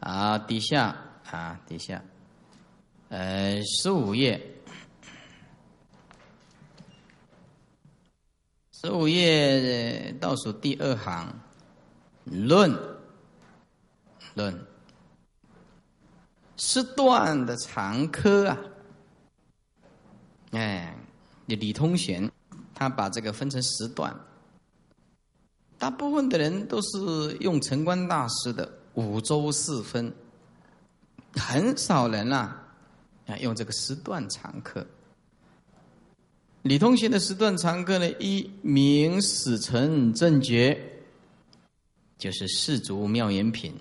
好，底下15页，15页倒数第2行，论诗段的常科啊，李通玄他把这个分成10段，大部分的人都是用陈观大师的5周4分，很少人用这个10段常科。李通玄的10段常科呢，一明始成正觉，就是世俗妙言品；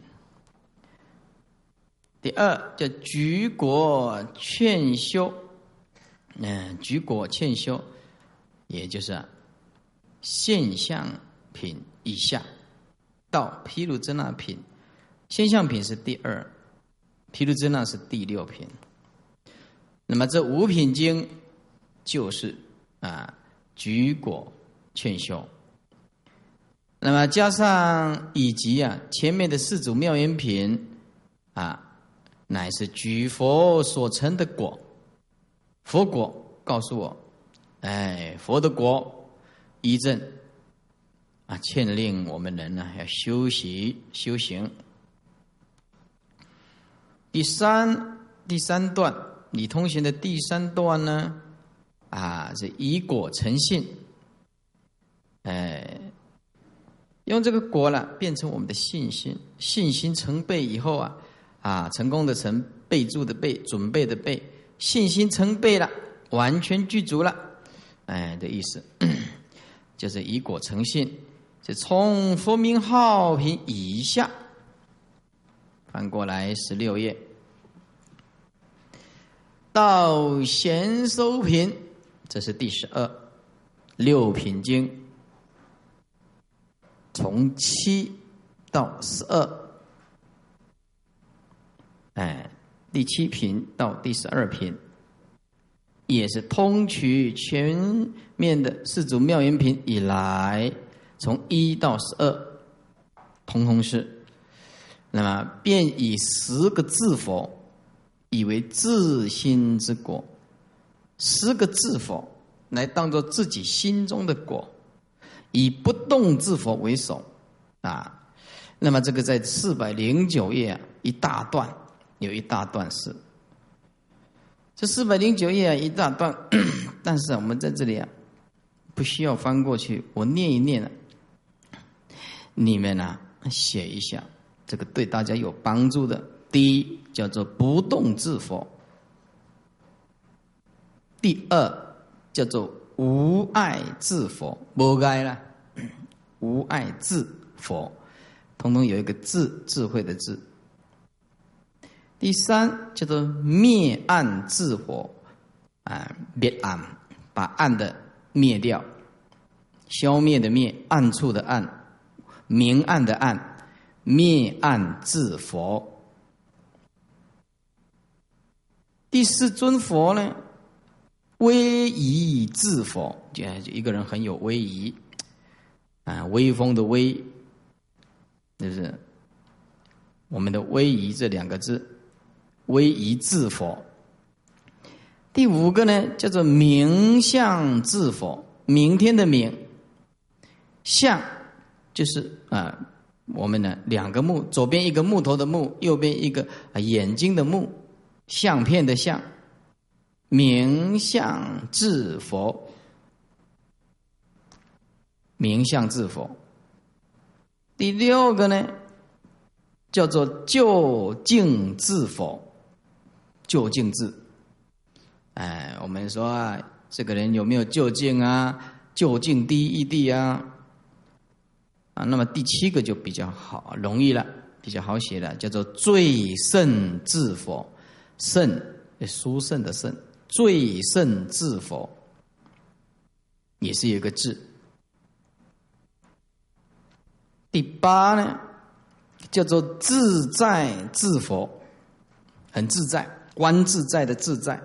第二叫举果劝修，举果劝修，也就是现象品以下到毗卢遮那品，现象品是第2，毗卢遮那是第6品。那么这5品经就是举果劝修，那么加上以及前面的4组妙言品乃是举佛所成的果，佛果告诉我，佛的果依正劝令我们人要修行。第三段，李通玄的第3段呢，是以果成信，用这个果变成我们的信心，信心成备以后成功的成，备注的备，准备的备，信心成备了，完全具足了，的意思，就是以果成信，是从佛名号品以下，翻过来16页，到贤收品，这是第12，6品经，从7到12，第7品到第12品，也是通取全面的4组妙言品以来，从1到12，通通是。那么便以10个字佛，以为自心之果，10个字佛来当作自己心中的果，以不动字佛为首那么这个在409页一大段，有一大段是这409页一大段，但是我们在这里不需要翻过去，我念一念你们写一下，这个对大家有帮助的。第一叫做不动字佛，第2叫做无碍字佛，无碍啦，无碍字佛，统统有一个智，智慧的智。第3叫做灭暗字佛，灭暗，把暗的灭掉，消灭的灭，暗处的暗，明暗的暗，灭暗字佛。第4尊佛呢，威仪字佛，就一个人很有威仪威风的威，就是我们的威仪这2个字，威仪字佛。第5个呢，叫做明相字佛，明天的明，相就是我们的2个木，左边一个木头的木，右边一个眼睛的目，相片的相，明相字佛，明相字佛。第6个呢，叫做究竟字佛，究竟字。我们说这个人有没有究竟究竟第一义谛那么第7个就比较好，容易了，比较好写了，叫做最胜字佛，胜殊胜的胜，最胜字佛也是有一个字。第8呢，叫做自在字佛，很自在，观自在的自在。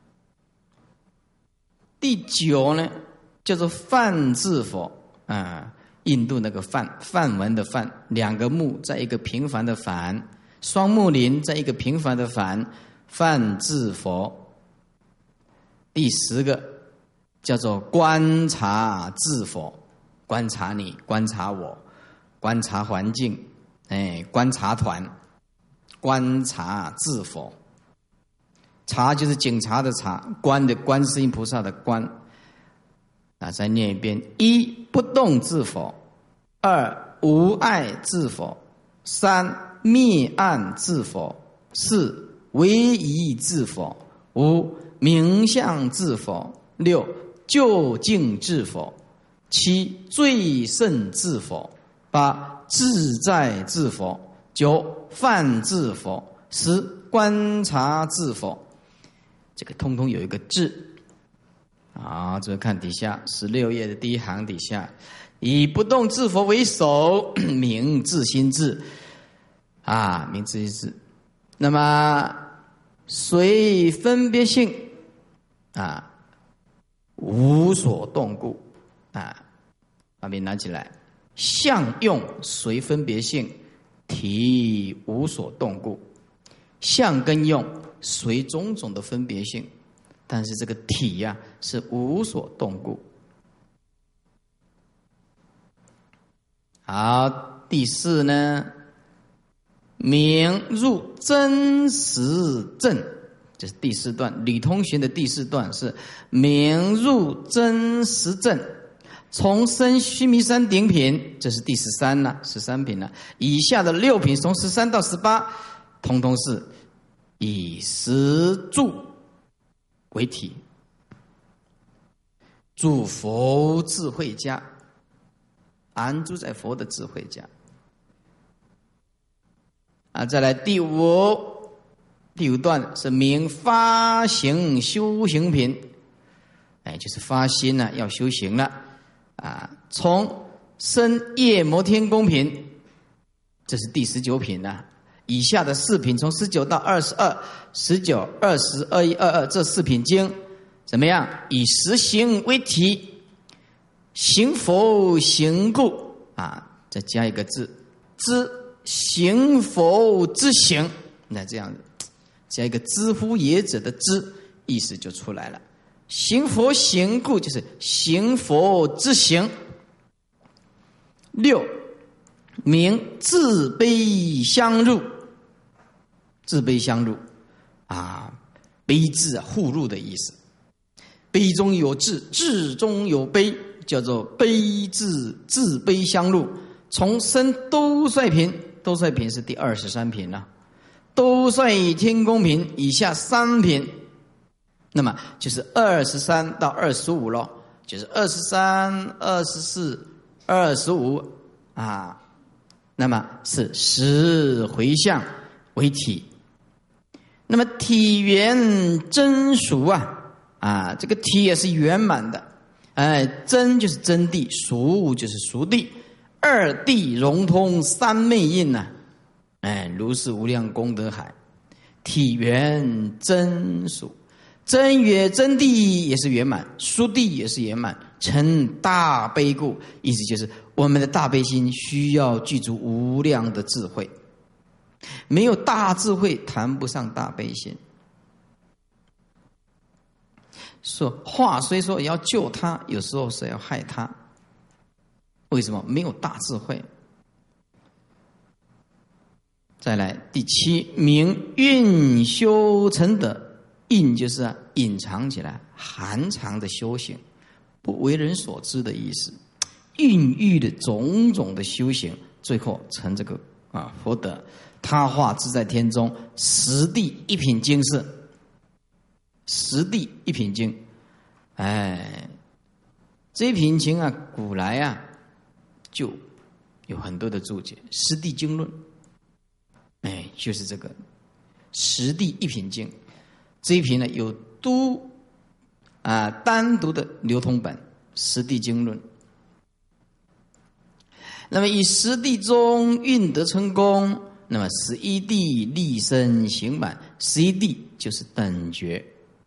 第9呢，叫做梵字佛印度那个梵文的梵，2个木在一个平凡的凡， 双木林在一个平凡的凡，梵字佛。第10个叫做观察字佛，观察你，观察我，观察环境，观察团，观察字佛。察就是警察的察，观的观世音菩萨的观。再念一遍：1不动字佛，2无碍字佛，3灭暗字佛，4唯一字佛，5名相字佛，6究竟字佛，7最胜字佛，8自在字佛，9梵字佛，10观察字佛。这个通通有一个字。好，这个看底下16页的第1行底下，以不动字佛为首，名自心字名自心字。那么随分别性无所动故把笔拿起来，相用随分别性，体无所动故。相跟用随种种的分别性，但是这个体是无所动故。好，第4呢，明入真实正，这是第4段。李通玄的第4段是明入真实正，从生须弥山顶品，这是第13了，13品了。以下的6品从13到18，通通是以实住为体，住佛智慧家，安住在佛的智慧家。再来第5段是明发行修行品，就是发心要修行了从生夜摩天宫品，这是第19品了。以下的4品从19到22、19、20、21、22这4品经怎么样？以实行为体，行佛行故再加一个字，知行佛之行，那这样加一个知乎也者的知，意思就出来了。行佛行故就是行佛之行。6明自悲相入，自悲相入悲字互入的意思。悲中有智，智中有悲，叫做悲智自悲相入。从生兜率品，兜率品是第23品了。兜率天宫品以下3品，那么就是23到25了，就是23、24、25那么是10回向为体。那么体圆真俗这个体也是圆满的，真就是真谛，俗就是俗谛，2谛融通，3昧印如是无量功德海，体圆真俗，真圆真谛也是圆满，殊谛也是圆满，成大悲故，意思就是我们的大悲心需要具足无量的智慧，没有大智慧谈不上大悲心。说话虽说也要救他，有时候是要害他，为什么？没有大智慧。再来第7，明蕴修成德，蕴就是隐藏起来含藏的修行，不为人所知的意思，孕育的种种的修行，最后成这个佛德。他化自在天中10谛1品经是10谛1品经，这一品经古来就有很多的注解，10谛经论，就是这个10谛1品经。这一品呢有单独的流通本10谛经论。那么以10谛中运得成功，那么11谛立身行满，11谛就是等觉，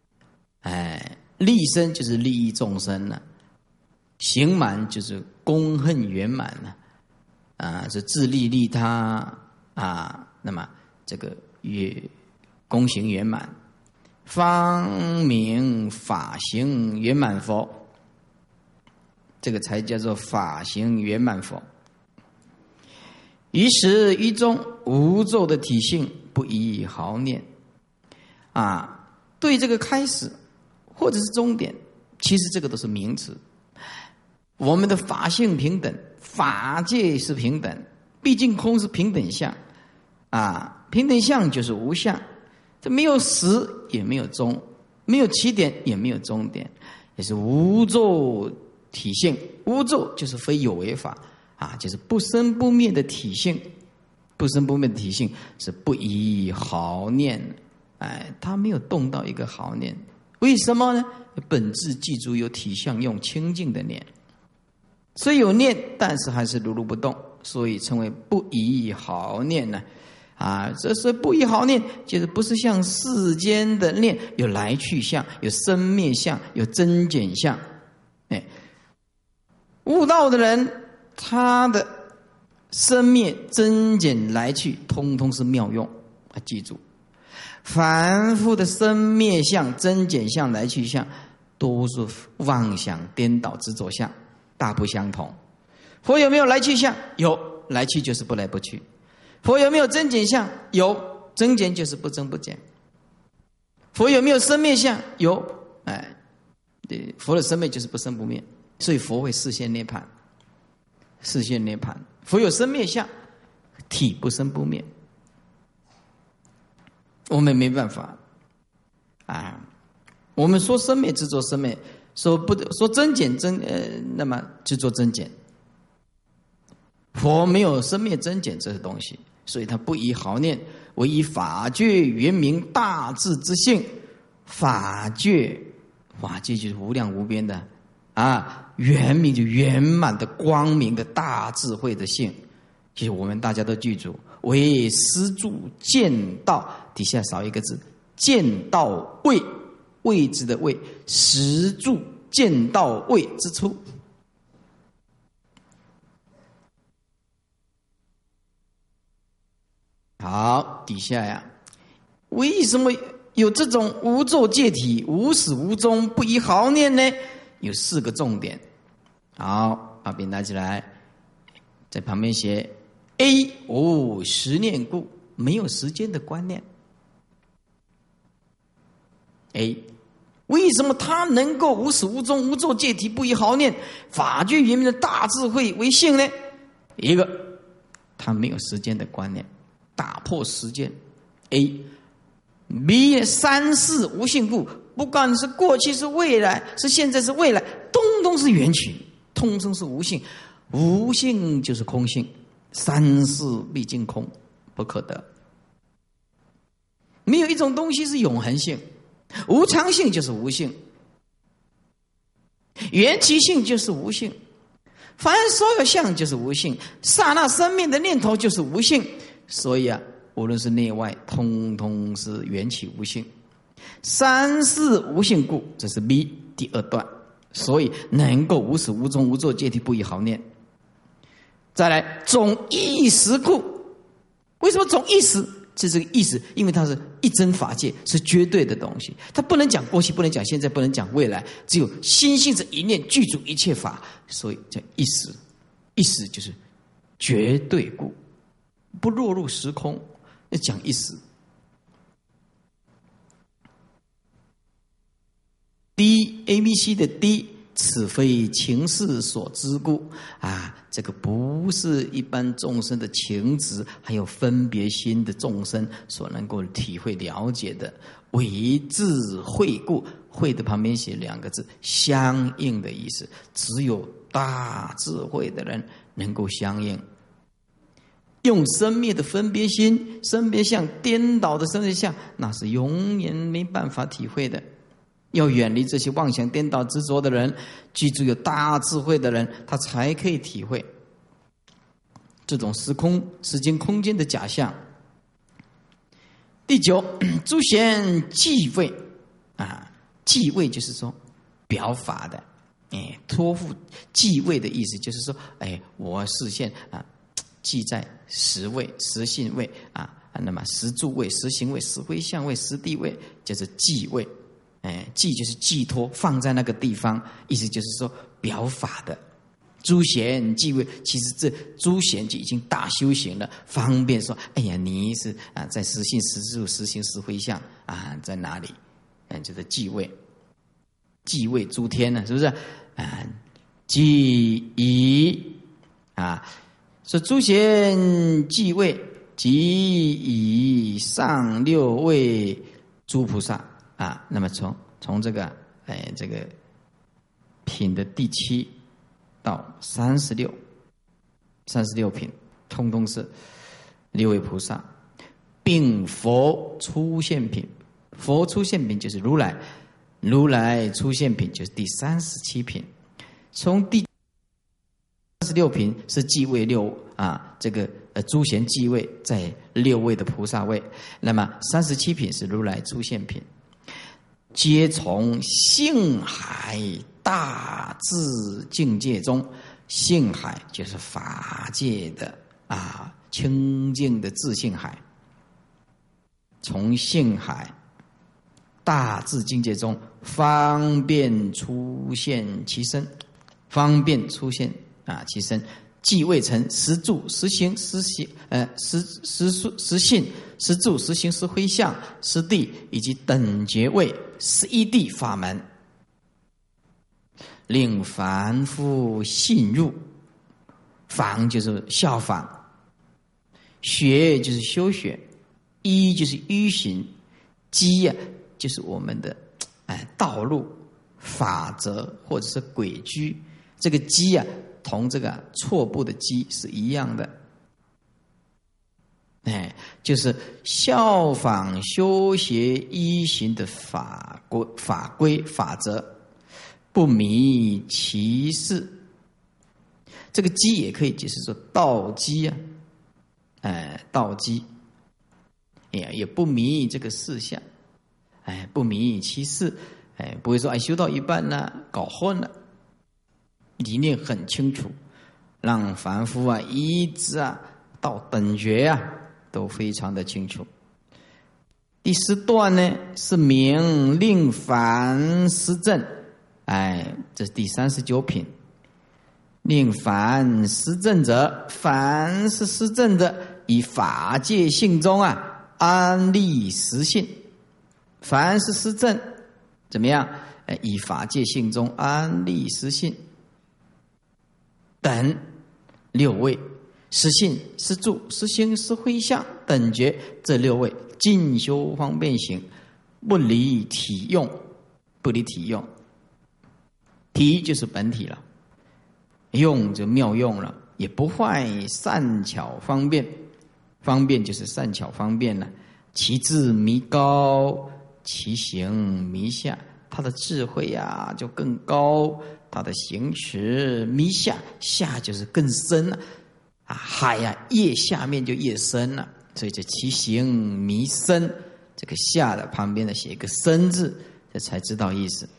立身就是利益众生了，行满就是功恨圆满了，是自利利他那么这个功行圆满，方名法行圆满佛，这个才叫做法行圆满佛。于始于终无漏的体性，不遗毫念。对这个开始或者是终点，其实这个都是名词。我们的法性平等，法界是平等，毕竟空是平等相平等相就是无相，这没有始也没有终，没有起点也没有终点，也是无漏体性。无漏就是非有为法就是不生不灭的体性，不生不灭的体性是不遗毫念，它没有动到一个毫念。为什么呢？本质记住有体相用清净的念，虽有念，但是还是如如不动，所以称为不遗毫念呢。这是不遗毫念，就是不是像世间的念有来去相，有生灭相，有增减相。悟道的人，他的生灭增减来去，通通是妙用记住。凡夫的生灭相、增减相、来去相，都是妄想颠倒执着相，大不相同。佛有没有来去相？有，来去就是不来不去。佛有没有增减相？有，增减就是不增不减。佛有没有生灭相？有，佛的生灭就是不生不灭，所以佛会示现涅槃。示现涅槃，佛有生灭相，体不生不灭。我们没办法我们说生灭执着生灭，说增减那么执着增减。佛没有生灭增减这些东西，所以他不遗毫念，唯以法界圆明大智之性。法界就是无量无边的圆明就圆满的光明的大智慧的性。其实我们大家都记住，为施助见道，底下少一个字，见道位，位置的位，施助见道位之处。好，底下为什么有这种无漏界体，无始无终，不遗毫念呢？有4个重点。好，把笔拿起来，在旁边写 A 无时念故，没有时间的观念。A 为什么他能够无始无终，无漏界体，不遗毫念，法界圆明的大智慧为性呢？一个，他没有时间的观念，打破时间。B 三世无性故，不管是过去是未来，是现在是未来，通通是缘起，通通是无性。无性就是空性，三世毕竟空，不可得。没有一种东西是永恒性，无常性就是无性，缘起性就是无性，凡所有相就是无性，刹那生命的念头就是无性。所以无论是内外，通通是缘起无性。三世无性故，这是 B 第2段，所以能够无始无终，无漏界体，不遗毫念。再来总意识故，为什么总意识？是这个意识，因为它是一真法界，是绝对的东西，它不能讲过去，不能讲现在，不能讲未来，只有心性这一念具足一切法，所以叫意识。意识就是绝对故，不落入时空，要讲意识。D ABC 的 D， 此非情事所知故这个不是一般众生的情执还有分别心的众生所能够体会了解的，为智慧故，慧的旁边写2个字，相应的意思，只有大智慧的人能够相应。用生灭的分别心、生别相颠倒的生灭相，那是永远没办法体会的。要远离这些妄想颠倒执着的人，记住有大智慧的人，他才可以体会这种时间空间的假象。第9，诸贤忌讳忌讳就是说表法的，托付忌讳的意思就是说，我视线记在实位、实性位那么十住位、十行位、十回向位、十地位，就是寄位。寄就是寄托，放在那个地方，意思就是说表法的。诸贤寄位，其实这诸贤就已经大修行了，方便说，哎呀，你是在十信、十住、十行、十回向在哪里？就是寄位，寄位诸天呢，是不是？寄以说诸贤寄位，即以上六位诸菩萨那么从这个这个品的第7到36品，通通是6位菩萨，并佛出现品。佛出现品就是如来，如来出现品就是第37品。从第36品是继位6这个诸贤继位在6位的菩萨位，那么37品是如来出现品，皆从性海大智境界中，性海就是法界的清净的自性海，从性海大智境界中方便出现其身，方便出现其身，即未成十住、十行、十信、十住、十行、十回向、十地以及等觉位11地法门，令凡夫信入。仿就是效仿，学就是修学，依就是依行，机就是我们的道路、法则或者是轨居。这个机同这个错步的机是一样的，就是效仿修学依行的法规法则，不迷其事。这个机也可以解释说道机道机，也不迷这个事项，不迷其事，不会说修到一半搞混了，理念很清楚，让凡夫一直到等觉都非常的清楚。第10段呢是明令凡施正，这是第39品。令凡施正者，凡是施正的，以法界性中安立实性。凡是施正怎么样？以法界性中安立实性。等6位，实性、实住、实行、实回向、等觉，这6位进修方便行，不离体用，不离体用。体就是本体了。用就妙用了，也不坏善巧方便，方便就是善巧方便了。其智弥高，其行弥下，他的智慧就更高，他的行持弥下，下就是更深了。海越下面就越深了，所以这其行弥深，这个下的旁边写一个深字，这才知道意思。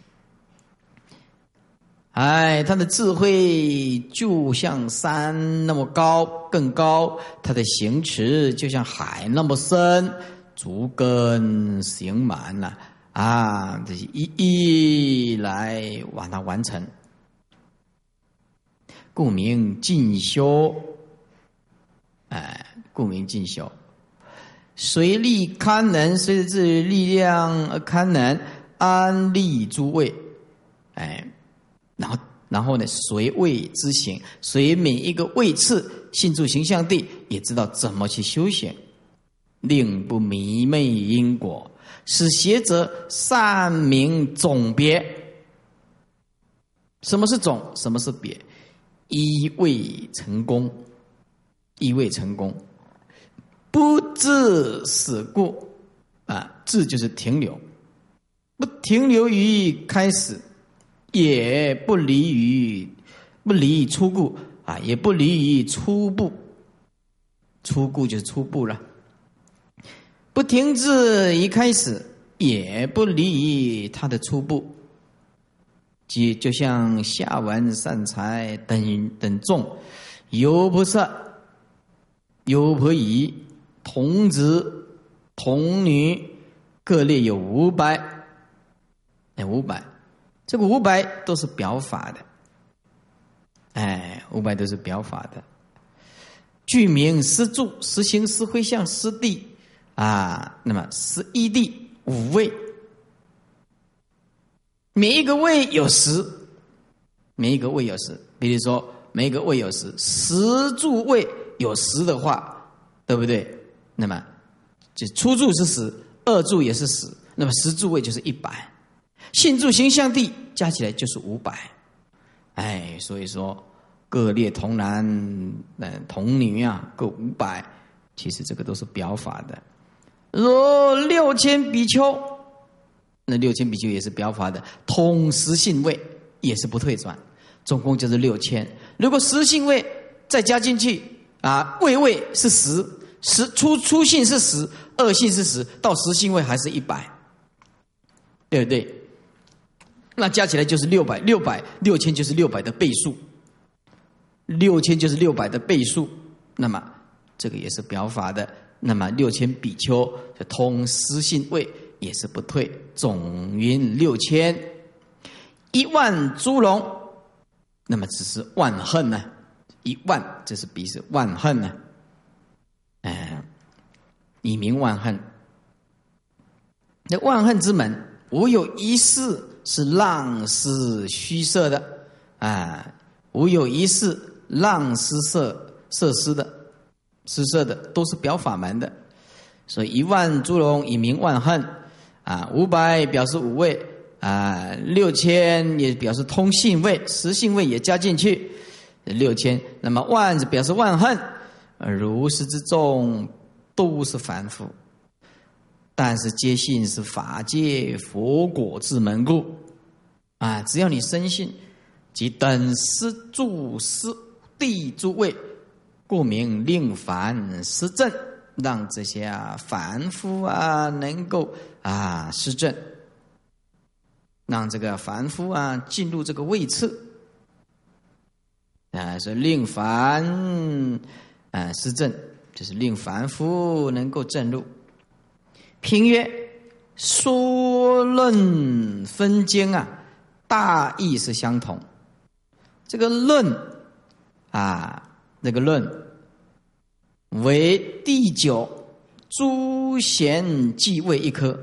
他的智慧就像山那么高，更高；他的行持就像海那么深，足根行满了这是一来把它完成，故名进修。故名进修，随力堪能，随着自己力量而堪能，安立诸位。然后呢，随位之行，随每一个位次信住形象地，也知道怎么去修行，令不迷昧因果，使学者善明总别。什么是总？什么是别？依位成功，依位成功，不自死故自就是停留，不停留于开始。也不离于初故也不离于初步，初故就是初步了。不停滞一开始，也不离于他的初步。即就像下文善财等众，有菩萨、有婆夷、 童子、童女各列有500，这个500都是表法的，500都是表法的。具名施住、施行、施回向、施地那么11地5位，每一个位有10，比如说每一个位有10住位有10的话，对不对？那么就初住是10，二住也是10，那么10住位就是100，信住行相地加起来就是500。所以说各列童男童女各500，其实这个都是表法的。若6000比丘，那6000比丘也是表法的，通10信位也是不退转，总共就是6000。如果10信位再加进去位是10，初信是10，二信是10，到10信位还是100，对不对？那加起来就是6000就是600的倍数，6000就是600的倍数，那么这个也是表法的。那么6000比丘就通10信位也是不退，总云6000。10000诸龙，那么只是万恨呢，10000这是比是万恨呢，以名万恨。那万恨之门，无有一事是让施虚设的无有一事让施设施的。施设的都是表法门的，所以10000诸龙以名万恨500表示5位6000也表示通信位，10信位也加进去6000，那么万表示万恨，如是之众都是凡夫，但是皆信是法界佛果之门故只要你深信，即等施住施地诸位，故名令凡施正，让这些凡夫能够施正，让这个凡夫进入这个位次是令凡施正，就是令凡夫能够正入。评曰：说论分经大意是相同。这个论这个论为第9诸贤继位一科，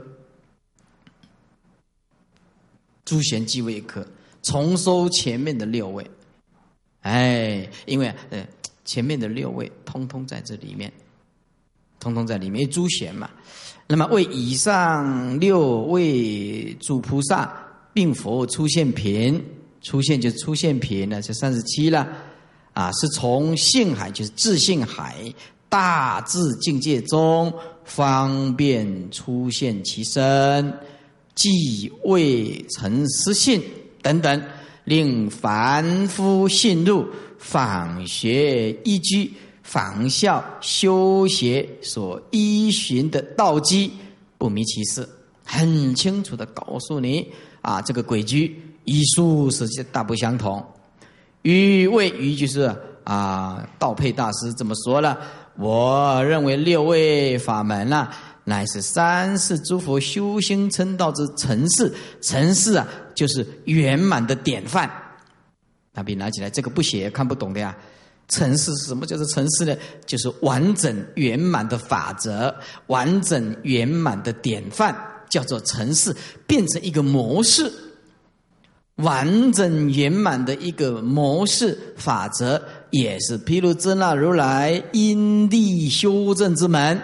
诸贤继位一科重收前面的6位，因为前面的6位通通在这里面，通通在里面，诸贤嘛。那么为以上6位诸菩萨并佛出现品，出现就出现品了，就37了是从性海，就是自性海大智境界中方便出现其身，即未成实性等等，令凡夫信入，访学依据，仿效修学所依循的道基，不迷其事，很清楚的告诉你这个轨迹依数是大不相同。于就是道配大师这么说了，我认为6位法门乃是三世诸佛修行成道之成事，成事就是圆满的典范。那笔拿起来，这个不写看不懂的成事是什么？就是成事呢？就是完整圆满的法则，完整圆满的典范，叫做成事，变成一个模式。完整圆满的一个模式法则，也是毗卢遮那如来因地修正之门。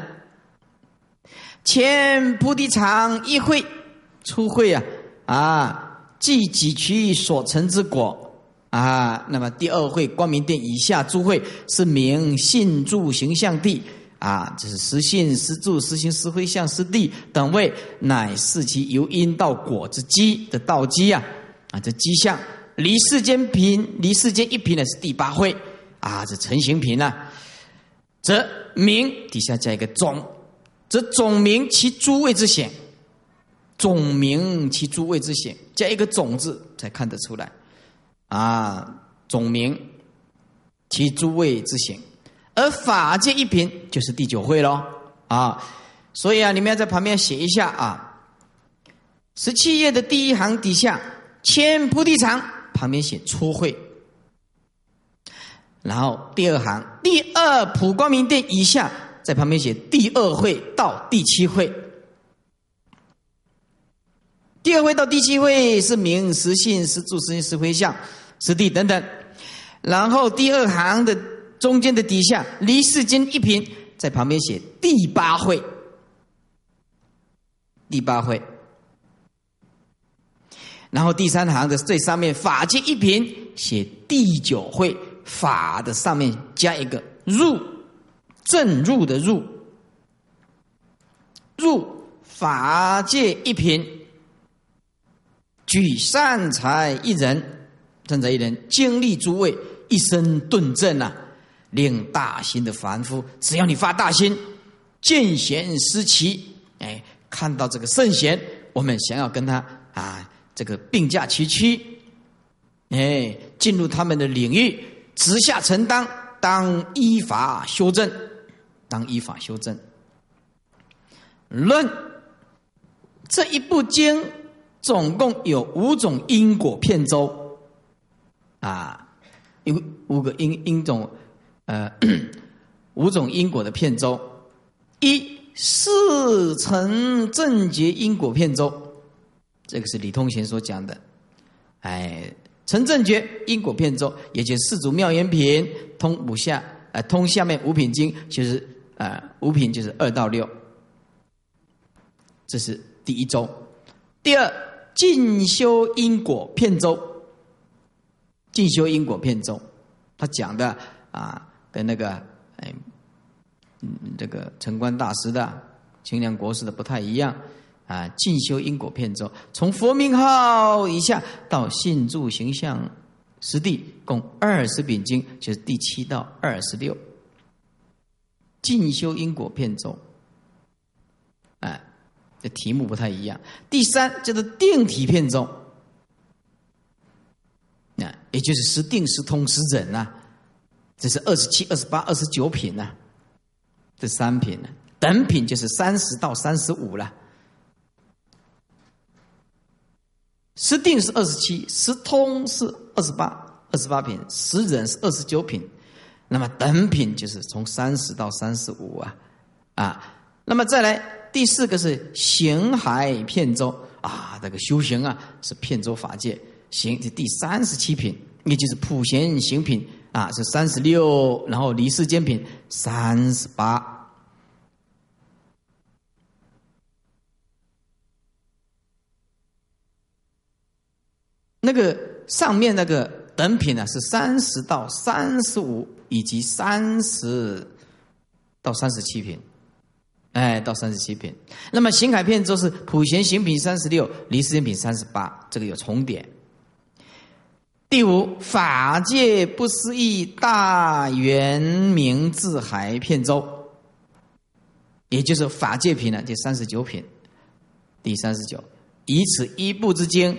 前菩提场一会初会即几取所成之果那么第2会光明殿以下诸会是名信住行相地这是实信实住实行实回向实地等位，乃是其由因到果之基的道基这基相。离世间一品呢是第8会这成行品则名底下加一个总，则总名其诸位之显，总名其诸位之显，加一个总字才看得出来总名其诸位之显。而法界一品就是第9会咯， 啊。所以啊，你们要在旁边写一下啊。17页的第一行底下，千菩提场旁边写初会，然后第二行第二普光明殿以下，在旁边写第二会到第7会。第二会到第7会是名实性实住实性实回向实地等等。然后第二行的中间的底下离世间一品，在旁边写第8会。第8会，然后第3行的最上面法界一品写第9会，法的上面加一个入，正入的入，入法界一品，举善财一人，善财一人经历诸位一生顿证啊，令大心的凡夫，只要你发大心，见贤思齐，看到这个圣贤，我们想要跟他这个并驾齐驱，进入他们的领域，直下承担，当依法修正，当依法修正。论这一部经总共有5种因果片周有5个5种因果的片周。一4层正觉因果片周，这个是李通贤所讲的。成正觉因果片周，也就是四祖妙严品通下面5品经，就是5品就是2到6，这是第一周。第二，进修因果片周，进修因果片周，他讲的跟那个这个澄观大师的、清凉国师的不太一样进修因果片周，从佛名号以下到信住形象实地，共20品经，就是第7到26。进修因果片周，这题目不太一样。第3叫做定体片周，也就是实定、实通、实忍这是27、28、29品这3品等品就是30到35了。实定是27，实通是28品，实忍是29品。那么等品就是从30到35那么再来第4个是行海片周这个修行是片周法界，行是第37品，也就是普贤行品是36，然后离世间品38。那个上面那个等品是30到35，以及30到37品，到37品。那么行海片周是普贤行品36，离世间品38，这个有重点。第5，法界不思议大圆明智海片周，也就是法界品第39品，第39。以此一部之经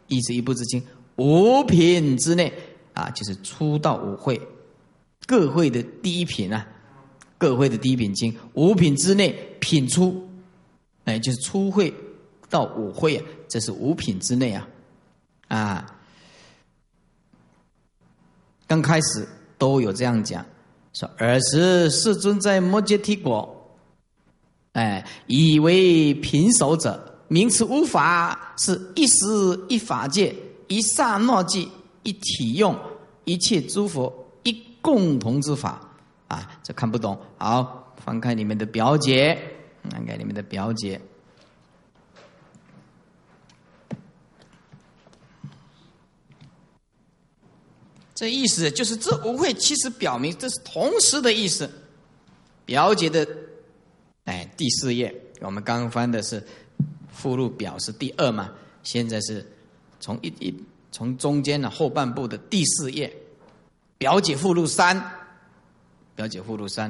5品之内就是初到5会，各会的第1品各会的第1品经5品之内品初，就是初会到5会这是5品之内刚开始都有这样讲，说尔时世尊在摩揭提国，以为品首者，名此无法，是一时一法界，一刹那即一体用，一切诸佛一共同之法这看不懂，好，翻开你们的表解，这意思就是这5会其实表明这是同时的意思。表解的第4页，我们刚刚翻的是附录表是第2嘛，现在是从中间的后半部的第4页，表解附录3，表解附录3，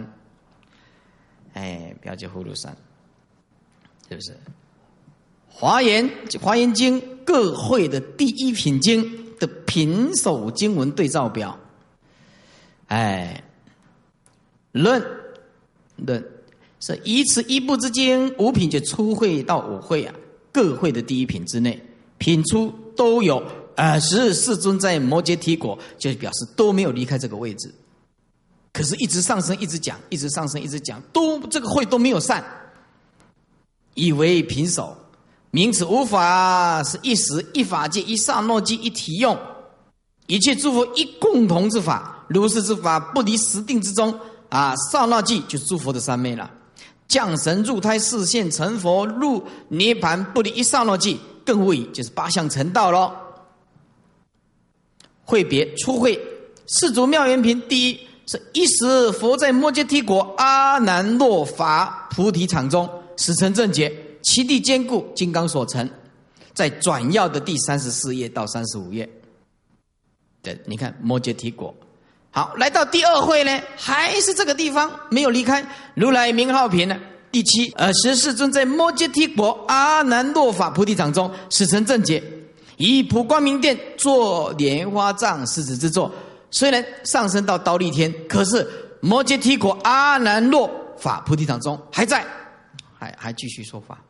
是不是？华严经各会的第1品经的品首经文对照表，论是以此一部之间，五品就初会到五会啊，各会的第一品之内，品出都有24世尊在摩羯提国，就表示都没有离开这个位置。可是，一直上升，一直讲，一直上升，一直讲，都这个会都没有散，以为平手。名此无法，是一时一法界，一刹那即一体用，一切诸佛一共同之法，如是之法不离实定之中啊！刹那即就是诸佛的三昧了。降神入胎示现成佛，入涅盘不离一刹那即，更无疑就是八相成道咯。会别初会世祖妙严品第一，是一时佛在摩羯提国阿难若法菩提场中，始成正觉，其地坚固，金刚所成，在转要的第34页到35页。对，你看摩羯提国。好，来到第二会呢，还是这个地方没有离开。如来名号品呢，第七，14世尊在摩羯提国阿难若法菩提场中，始成正觉，以普光明殿做莲花藏狮子之座。虽然上升到忉利天，可是摩羯提国阿难若法菩提场中还在，还继续说法。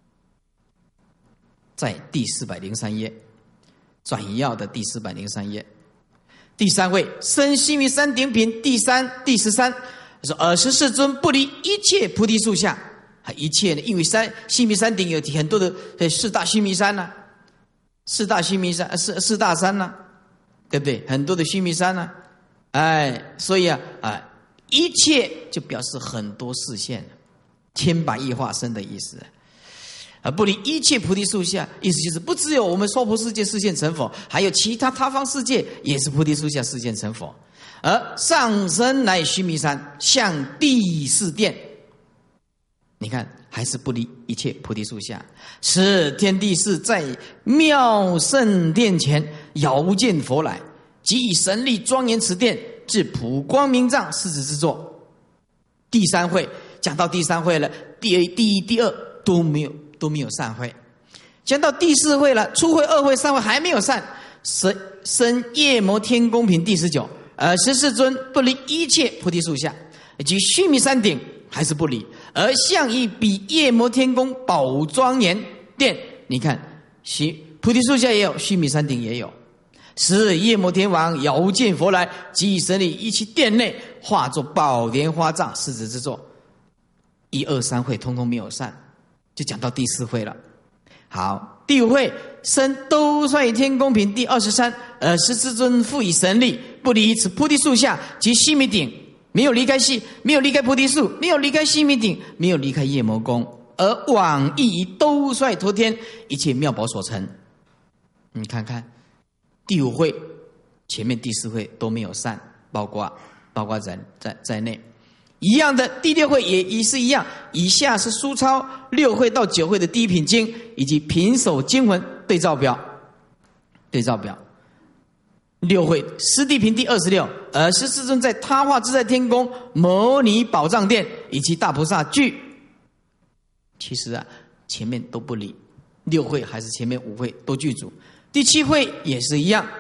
在第403页，转要的第403页。第三位生须弥山顶品第13，说20世尊不离一切菩提树下，一切呢？因为须弥山顶有很多的四大须弥山呐、四大须弥山四大山呐、对不对？很多的须弥山呐、所以一切就表示很多视线，千百亿化身的意思。不离一切菩提树下，意思就是不只有我们娑婆世界示现成佛，还有其他他方世界也是菩提树下示现成佛。而上升乃须弥山，向第四殿，你看还是不离一切菩提树下。是天地是在妙圣殿前遥见佛来，即以神力庄严此殿，至普光明藏狮子之座。第三会讲到第三会了，第一、第二都没有散会。讲到第四会了，初会、二会、三会还没有散。生夜摩天宫品第19，14世尊不离一切菩提树下，以及须弥山顶还是不离，而向以比夜摩天宫宝庄严殿。你看，菩提树下也有，须弥山顶也有。使夜摩天王遥见佛来，即以神力一其殿内，化作宝莲花藏狮子之座。1、2、3会通通没有散。就讲到第四会了。好，第五会生兜率天宫品第23，十世尊复以神力不离此菩提树下及须弥顶，没有离开菩提树，没有离开须弥顶，没有离开夜摩宫，而往诣以兜率陀天一切妙宝所成。你看看第五会前面第四会都没有散，包括在内。一样的，第六会也是一样。以下是书抄6会到9会的第一品经以及品首经文对照表。6会师地品第26，十世尊在他化自在天宫摩尼宝藏殿以及大菩萨具。其实前面都不离，6会还是前面5会都具足。第7会也是一样。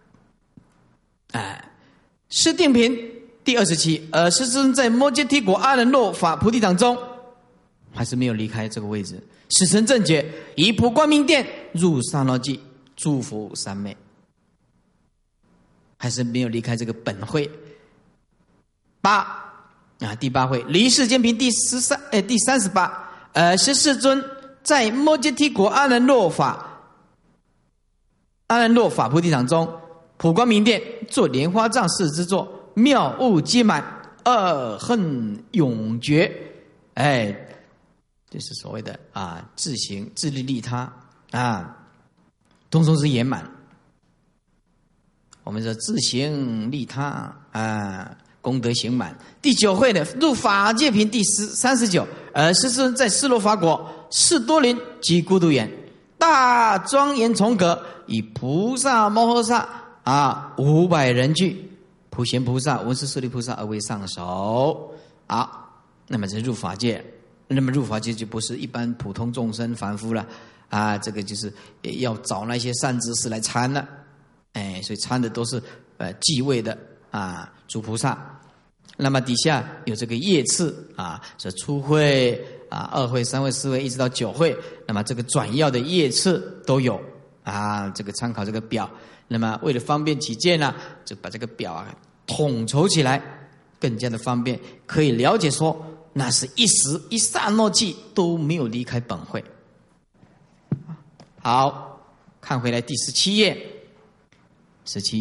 师定品第27，世尊在摩羯提国阿难若法菩提场中，还是没有离开这个位置，始成正觉，以普光明殿入刹那即诸佛三昧，还是没有离开这个本会。第八会离世间品第38，是世尊在摩羯提国阿难若法菩提场中，普光明殿做莲花藏狮子之座，妙物皆满，二恨永绝。这是所谓的自行自利利他通通是圆满。我们说自行利他功德行满。第9会的入法界品第39，世尊在斯罗伐国士多林及孤独园大庄严重阁，以菩萨摩诃萨500人聚，普贤菩萨、文殊师利菩萨而为上首。那么这入法界，那么入法界就不是一般普通众生凡夫了这个就是要找那些善知识来参了。所以参的都是继位的诸菩萨。 那么底下有这个业次啊，是初会啊、二会、三会、四会，一直到九会，那么这个转要的业次都有啊，这个参考这个表。那么为了方便起见呢，就把这个表啊统筹起来，更加的方便，可以了解说那是一时一刹那际都没有离开本会。好，看回来第17页，17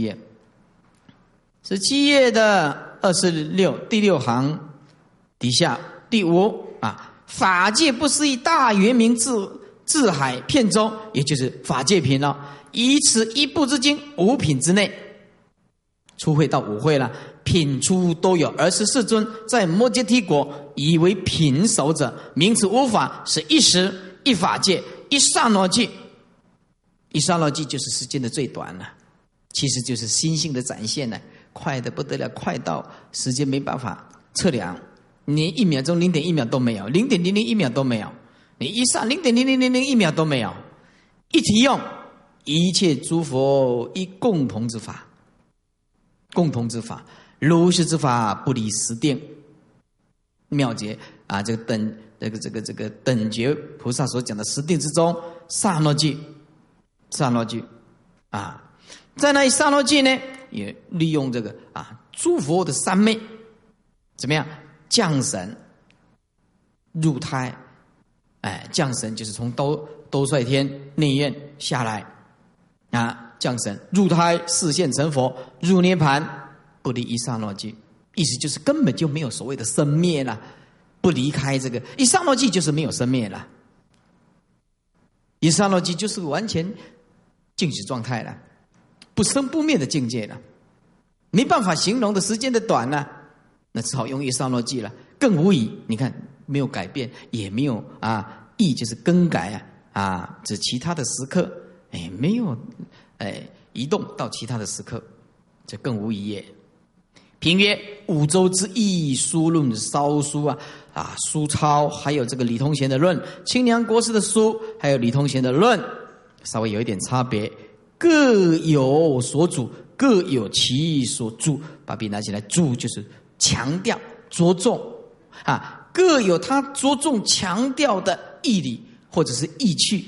页的26第6行底下第5啊，法界不思议大圆明智海片中，也就是法界品了。以此一部之经5品之内，初会到5会了，品出都有。而是世尊在摩揭提国以为品首者，名此无法，是一时一法界一刹那际。一刹那际就是时间的最短了，其实就是心性的展现了，快的不得了，快到时间没办法测量，连1秒钟0.1秒都没有，0.001秒都没有，你一刹0.0001秒都没有，一体用一切诸佛一共同之法，共同之法，如是之法不离时定。妙觉啊，这个等觉菩萨所讲的时定之中，刹那际啊，在那一刹那际呢，也利用这个啊诸佛的三昧，怎么样降神入胎？降神就是从兜率天内院下来啊，降神入胎，示现成佛，入涅盘，不离一刹那际。意思就是根本就没有所谓的生灭了，不离开这个一刹那际，就是没有生灭了。一刹那际就是完全静止状态了，不生不灭的境界了，没办法形容的时间的短了，那只好用一刹那际了。更无疑，你看没有改变，也没有异就是更改指其他的时刻，没有移动到其他的时刻，这更无疑也。评曰五洲之义书论稍书书抄，还有这个李通贤的论，清凉国师的书，还有李通贤的论，稍微有一点差别，各有所主，各有其所主。把笔拿起来，主就是强调着重各有他着重强调的义理或者是义趣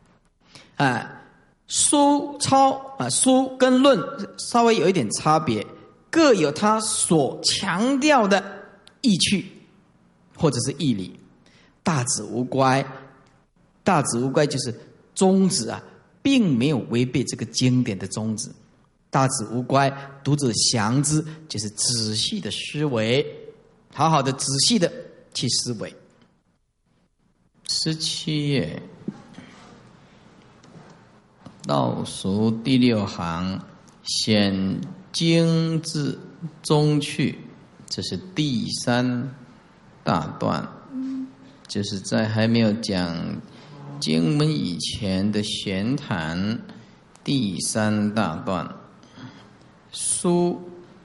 书抄书跟论稍微有一点差别，各有他所强调的义趣或者是义理。大止无乖，大止无乖就是宗旨并没有违背这个经典的宗旨。大止无乖，读者详之，就是仔细的思维，好好的仔细的去思维。17页倒数第6行，显经至中去，这是第3大段，就是在还没有讲经文以前的闲谈，第3大段。书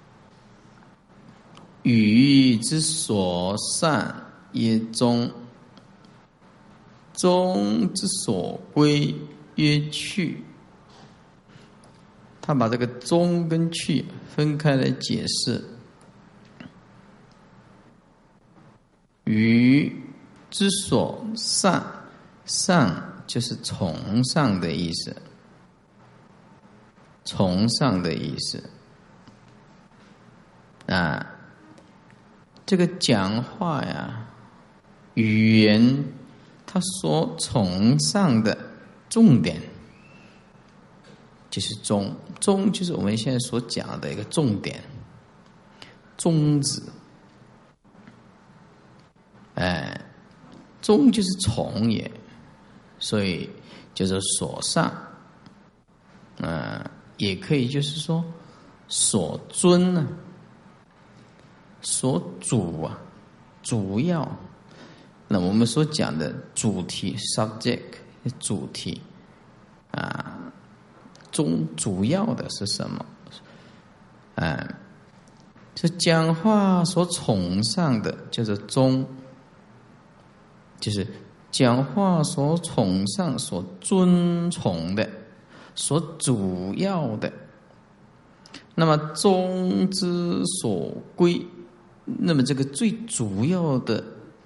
语之所善曰中，中之所归曰去。他把这个中跟去分开来解释。语之所善，善就是崇尚的意思，崇尚的意思这个讲话语言它所崇尚的重点就是中就是我们现在所讲的一个重点，宗旨。宗就是崇也，所以就是所上，也可以就是说所尊所主主要。那我们所讲的主题 subject 主题中主要的是什么？这讲话所崇尚的叫做宗，就是讲话所崇尚、所尊崇的、所主要的。那么宗之所归那么这个最主要的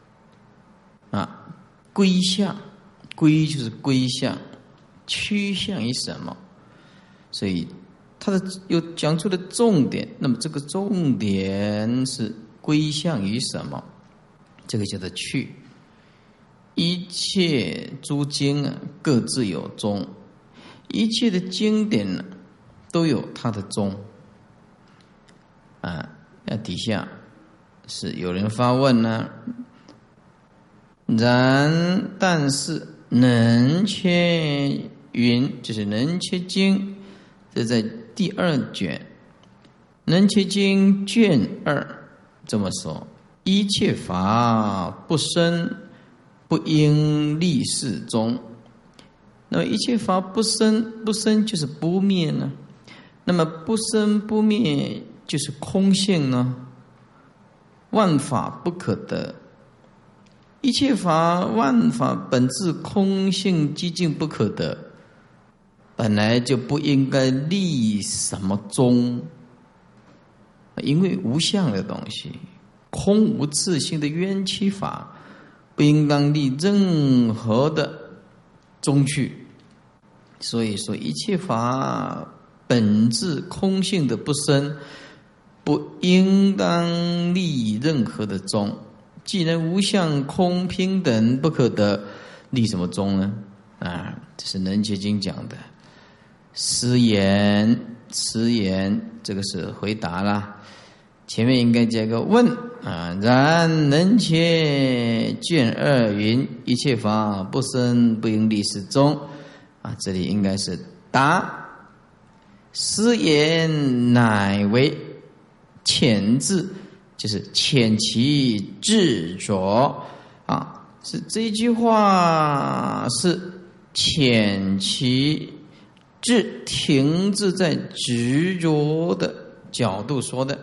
归向，归就是归向，趋向于什么？所以他的又讲出了重点。那么这个重点是归向于什么？这个叫做去。一切诸经各自有宗，一切的经典都有它的宗。那底下是有人发问呢，但是能切云，就是能切经，这在第2卷，能切经卷2这么说：一切法不生，不应立世宗。那么一切法不生，不生就是不灭呢。那么不生不灭就是空性呢。万法不可得，一切法万法本质空性寂静不可得，本来就不应该立什么宗，因为无相的东西，空无自性的缘起法，不应当立任何的宗去。所以说一切法本质空性的不生，不应当立任何的宗。既然无相空平等不可得，立什么宗呢？这是能切经讲的。实言，这个是回答啦。前面应该加个问然能切卷2云：一切法不生，不应立世宗。这里应该是答。实言乃为浅智，就是浅其执着是这一句话是浅其执，停滞在执着的角度说的。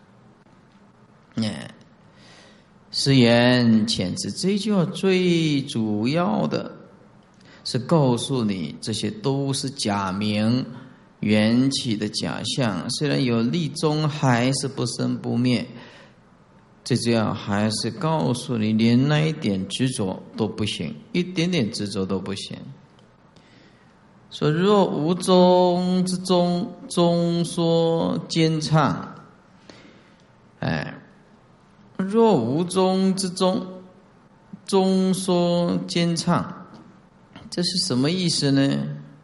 实言浅智这一句话最主要的是告诉你，这些都是假名缘起的假象，虽然有立宗，还是不生不灭。最主要还是告诉你，连那一点执着都不行，一点点执着都不行。说若无宗之宗，宗说兼唱。若无宗之宗，宗说兼唱，这是什么意思呢？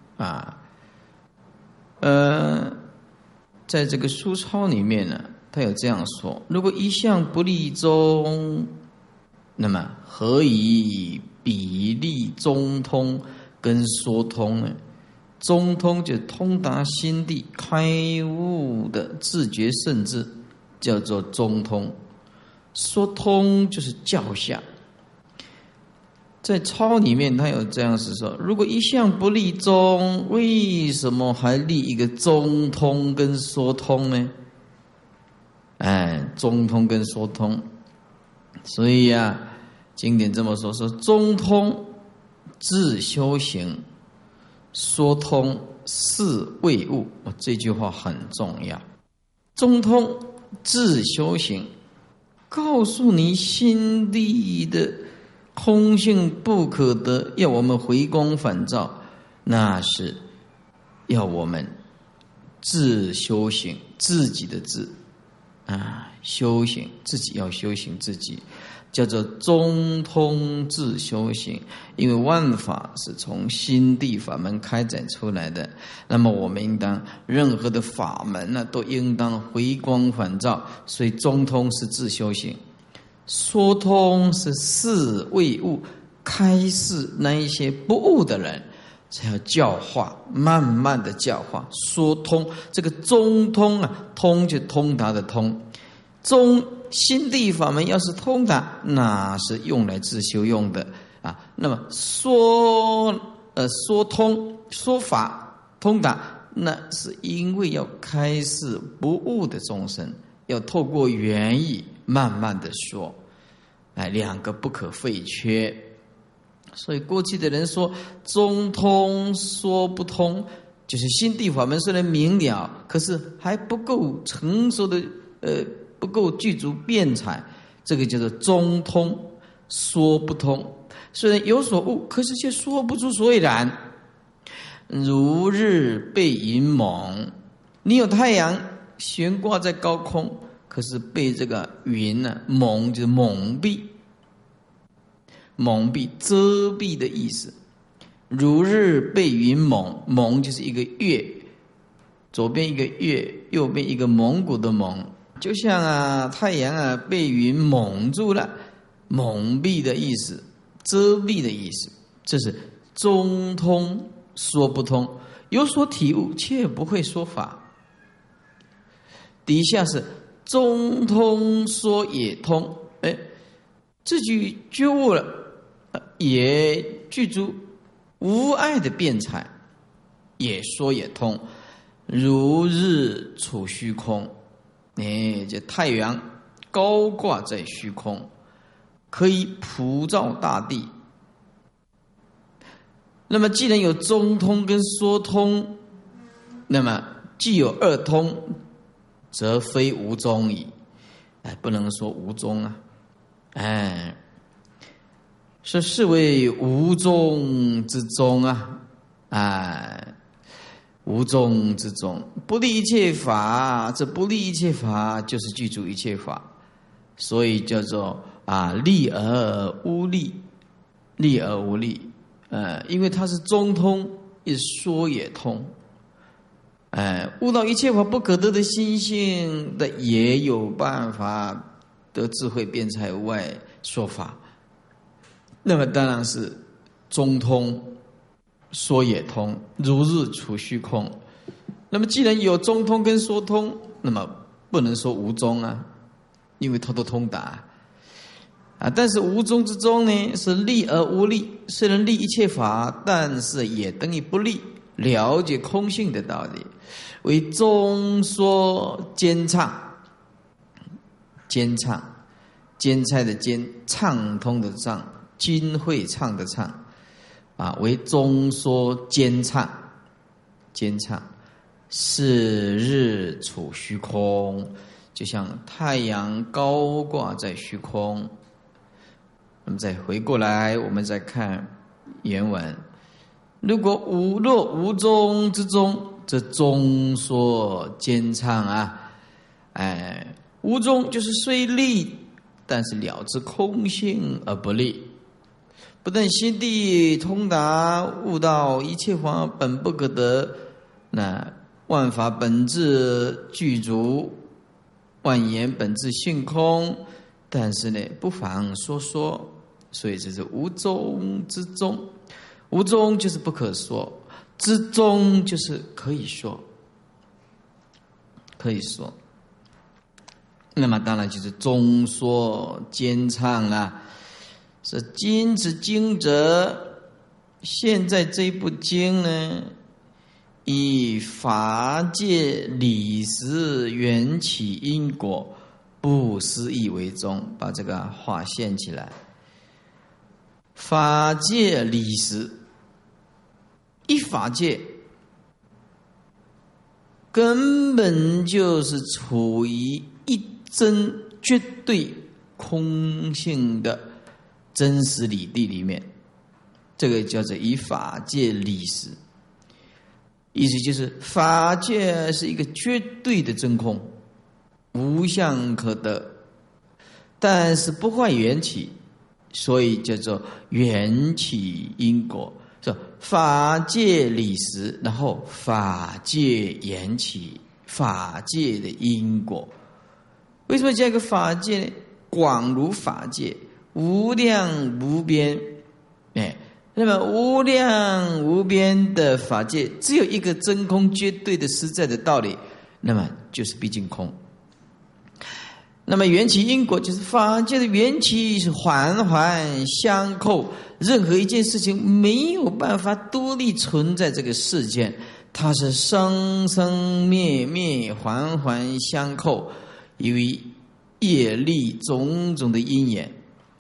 在这个书抄里面呢，他有这样说：如果一向不立宗，那么何以比立宗通跟说通呢？宗通就通达心地开悟的自觉圣智，叫做宗通；说通就是教下。在抄里面他有这样子说：如果一向不立宗，为什么还立一个宗通跟说通呢？宗通跟说通，所以经典这么说：宗通自修行，说通是为悟。这句话很重要。宗通自修行，告诉你心地的空性不可得，要我们回光返照，那是要我们自修行，自己的自修行自己，要修行自己，叫做宗通自修行。因为万法是从心地法门开展出来的，那么我们应当任何的法门都应当回光返照，所以宗通是自修行，说通是示为悟，开示那一些不悟的人，才要教化，慢慢的教化。说通这个宗通通就通达的通，宗心地法门要是通达，那是用来自修用的那么说通说法通达，那是因为要开示不悟的众生，要透过原意慢慢的说，两个不可废缺。所以过去的人说宗通说不通，就是心地法门虽然明了，可是还不够成熟的不够具足辩才，这个叫做中通，说不通。虽然有所悟，可是却说不出所以然。如日被云蒙，你有太阳悬挂在高空，可是被这个云呢蒙，就是蒙蔽，蒙蔽遮蔽的意思。如日被云蒙，蒙就是一个月，左边一个月，右边一个蒙古的蒙，就像太阳被云蒙住了，蒙蔽的意思，遮蔽的意思。这是中通说不通，有所体悟却不会说法。底下是中通说也通，自己觉悟了，也具足无碍的辩才，也说也通，如日处虚空。这太阳高挂在虚空，可以普照大地。那么既然有中通跟说通，那么既有二通，则非无中矣。不能说无中啊，是为无中之中无中之中，不立一切法，这不立一切法就是具足一切法，所以叫做立而无立，立而无立。因为它是中通，也说也通。悟到一切法不可得的心性的，也有办法得智慧辩才无碍说法。那么当然是中通，说也通，如日处虚空。那么既然有中通跟说通，那么不能说无中因为它都通达。但是无中之中呢，是立而无立，虽然立一切法，但是也等于不立，了解空性的道理，为中说兼畅，兼差的兼，畅通的畅，均会畅的畅，为中说兼畅，是日处虚空，就像太阳高挂在虚空。那么再回过来，我们再看原文。若无中之中，则中说兼畅无中就是虽立，但是了知空性而不立，不但心地通达，悟到一切法本不可得，那万法本质具足，万言本质性空，但是呢，不妨说，所以这是无中之中。无中就是不可说，之中就是可以说，那么当然就是中说兼畅啦。是今之经者，现在这部经呢，以法界理实缘起因果不思议为宗，把这个划线起来。法界理实，一法界根本就是处于一真绝对空性的真实理地里面，这个叫做以法界理实。意思就是法界是一个绝对的真空，无相可得，但是不坏缘起，所以叫做缘起因果。法界理实，然后法界缘起，法界的因果。为什么加一个法界呢？广如法界，无量无边。那么无量无边的法界，只有一个真空绝对的实在的道理，那么就是毕竟空。那么缘起因果就是法界的缘起是环环相扣，任何一件事情没有办法独立存在这个世间，它是生生灭灭，环环相扣，因为业力种种的因缘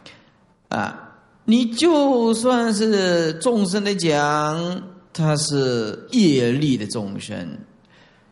你就算是众生来讲，它是业力的众生，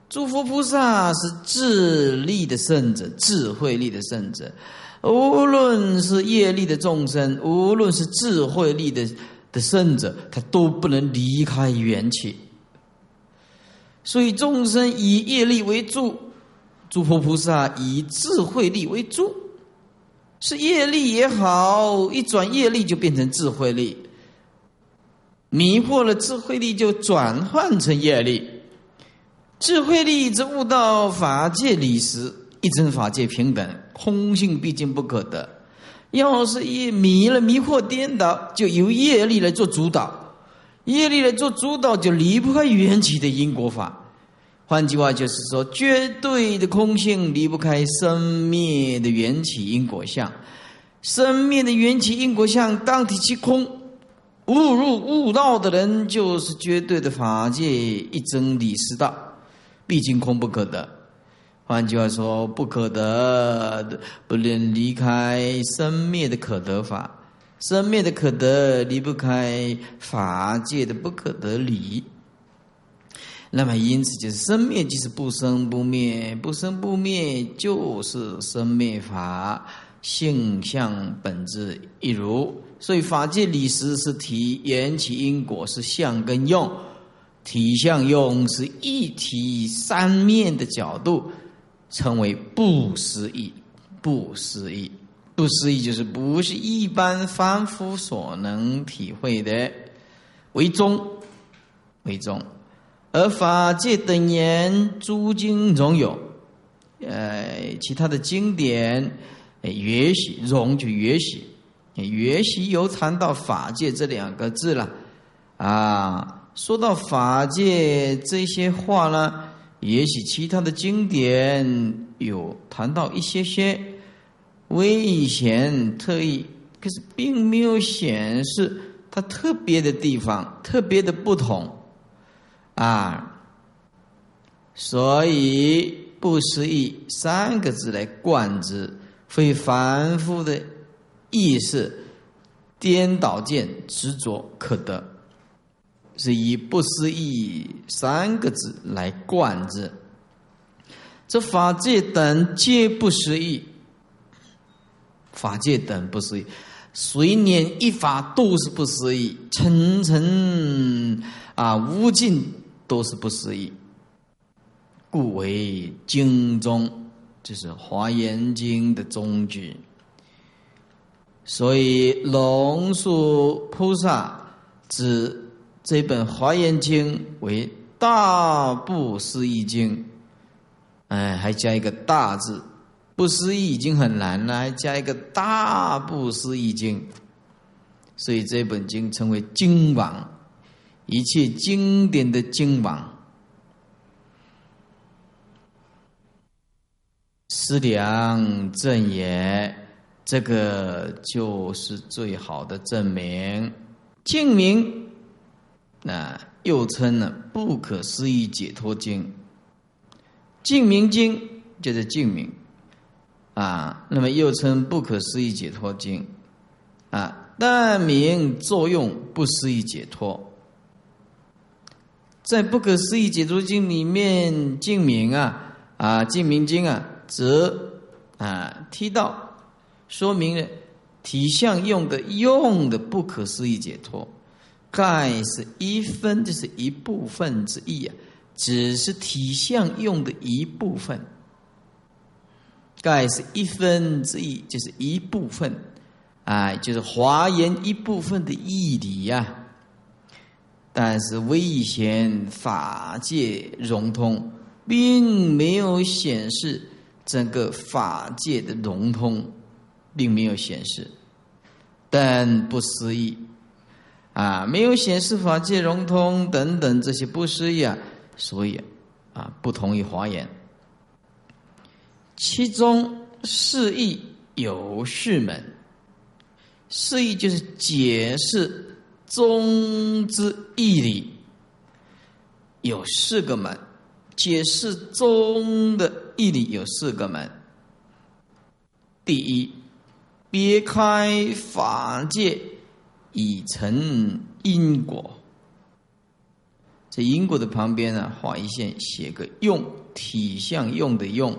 诸佛菩萨是智力的圣者，智慧力的圣者。无论是业力的众生，无论是智慧力的圣者，他都不能离开缘起。所以众生以业力为主，诸佛菩萨以智慧力为主。是业力也好，一转业力就变成智慧力，迷惑了智慧力就转换成业力。智慧力则悟到法界理实，一真法界平等，空性毕竟不可得。要是迷惑颠倒，就由业力来做主导，业力来做主导，就离不开缘起的因果法。换句话就是说，绝对的空性离不开生灭的缘起因果相，生灭的缘起因果相当体其空，悟道的人就是绝对的法界一真理实道，毕竟空不可得。换句话说，不可得，不能离开生灭的可得法，生灭的可得离不开法界的不可得理。那么因此就是生灭即是不生不灭，不生不灭就是生灭法，性相本质一如。所以法界理实是体，缘起因果是相跟用，体相用是一体三面的角度，称为不思议。不思议，不思议就是不是一般凡夫所能体会的，为宗，为宗。而法界等言诸经容有，其他的经典约习，容就约习，约习又谈到法界这两个字了啊。说到法界这些话呢，也许其他的经典有谈到一些微显特异，可是并没有显示它特别的地方，特别的不同啊。所以不思议三个字来贯之，非凡夫的意识颠倒见执着可得，是以不思议三个字来贯之。这法界等皆不思议，法界等不思议，随念一法都是不思议，层层无尽都是不思议，故为经中，就是《华严经》的宗旨。所以龙树菩萨指这本《华严经》为大不思议经，还加一个大字，不思议已经很难了，还加一个大不思议经，所以这本经称为经王，一切经典的经王。思量正也，这个就是最好的证明。净明又称了不可思议解脱经，净明经就是净明那么又称不可思议解脱经但名作用不思议解脱。在不可思议解脱经里面，净明净明经则提到说明了体相用的不可思议解脱，盖是一分，就是一部分之意只是体相用的一部分，盖是一分之意，就是一部分就是华严一部分的义理但是微显法界融通，并没有显示整个法界的融通，并没有显示，但不思议没有显示法界融通等等这些不思议所以不同于华严。其中释义有4门，释义就是解释宗之义理，有4个门，解释宗的义理有4个门。第一，别开法界以成因果， 这因果的旁边呢，画一线，写个用，体相用的用。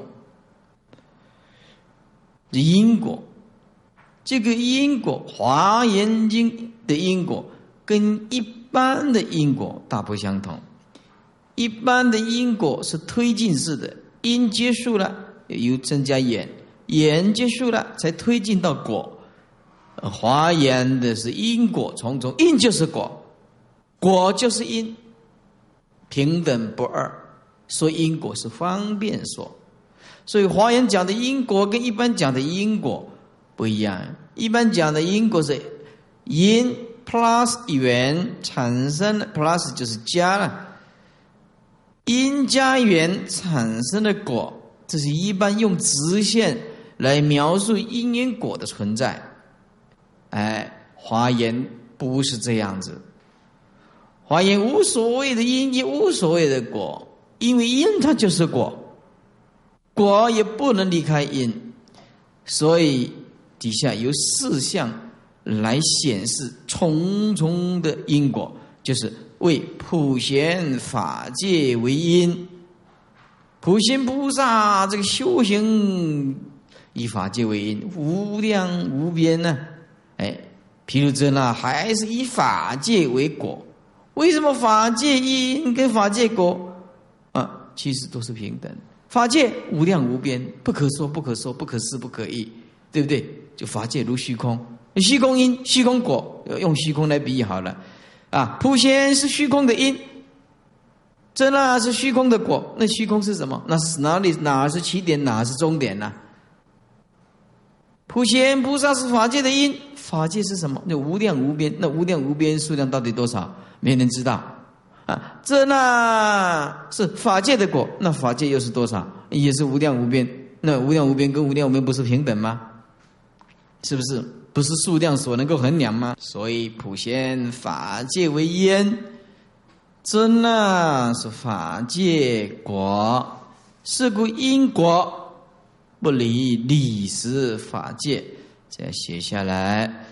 因果，这个因果，《华严经》的因果跟一般的因果大不相同。一般的因果是推进式的，因结束了，又增加缘，缘结束了，才推进到果。华严的是因果重重，因就是果，果就是因，平等不二，所以因果是方便说。所以华严讲的因果跟一般讲的因果不一样。一般讲的因果是因 plus 缘产生了 ，plus 就是加了，因加缘产生的果，这是一般用直线来描述因缘果的存在。华严不是这样子，华严无所谓的因，也无所谓的果，因为因它就是果，果也不能离开因，所以底下有四项来显示重重的因果，就是为普贤法界为因。普贤菩萨这个修行以法界为因，无量无边呢。毗卢遮那还是以法界为果。为什么法界因跟法界果其实都是平等？法界无量无边，不可说不可说，不可思不可议，对不对？就法界如虚空，虚空因虚空果，用虚空来比喻好了。普贤是虚空的因，遮那是虚空的果。那虚空是什么？那是哪是起点，哪是终点呢？普贤菩萨是法界的因，法界是什么？那无量无边，那无量无边数量到底多少？没人知道遮那是法界的果，那法界又是多少？也是无量无边。那无量无边跟无量无边不是平等吗？是不是？不是数量所能够衡量吗？所以普贤法界为因，遮那是法界果，是故因果不离理实法界。再写下来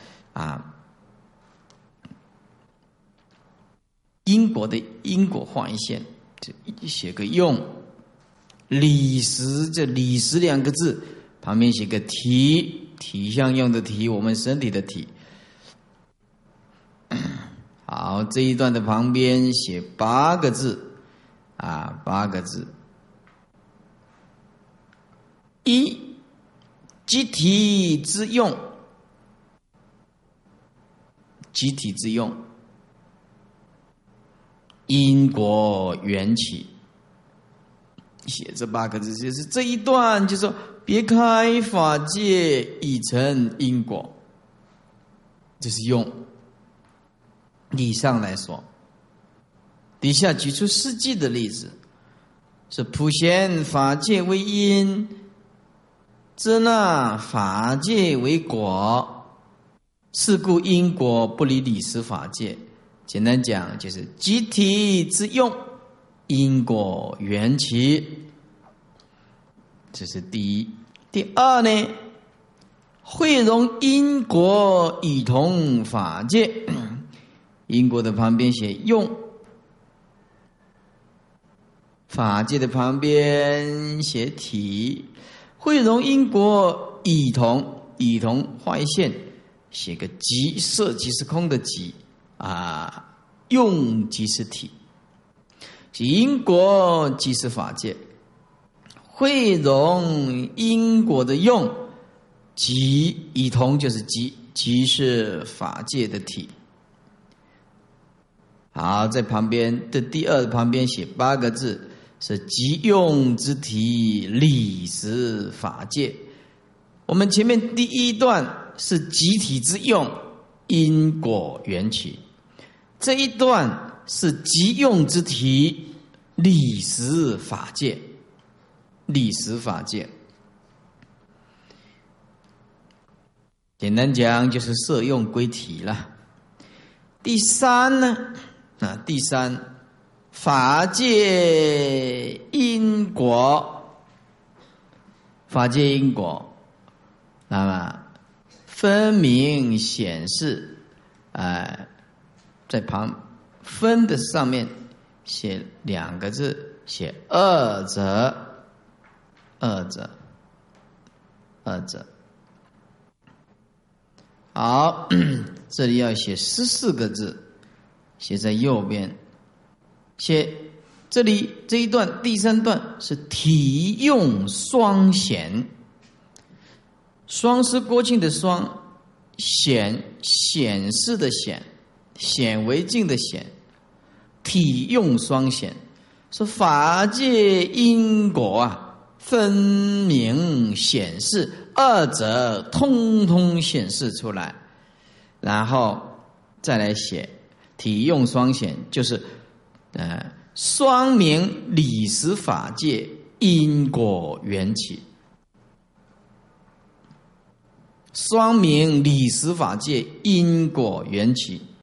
因果的因果画一线，就写个用。理实，这理实两个字旁边写个体，体相用的体，我们身体的体。好，这一段的旁边写8个字8个字。一，集体之用，集体之用，因果缘起。写这8个字，就是这一段，就是说别开法界已成因果，这是用理上来说。底下举出实际的例子，是普贤法界为因，遮那法界为果，是故因果不离理实法界。简单讲，就是集体之用，因果缘起，这是第一。第二呢，汇融因果以同法界。因果的旁边写用，法界的旁边写体。汇融因果以同，以同画一线，写个即，色即是空的即用即是体。因果即是法界，汇融因果的用，即以同就是即，即是法界的体。好，在旁边的第二旁边写8个字，是即用之体，理实法界。我们前面第一段是集体之用，因果缘起，这一段是即用之体，理实法界，理实法界。简单讲就是摄用归体了。第三呢，第三，法界因果，法界因果，那么分明显示，在旁分的上面写2个字，写二者，二者，二者。好，这里要写14个字，写在右边。写这里这一段第3段是体用双显，双是郭庆的双，显示的显，显为净的显，体用双显，说法界因果啊，分明显示，二者通通显示出来，然后再来写体用双显，就是双明理实法界因果缘起，双明理实法界因果缘起。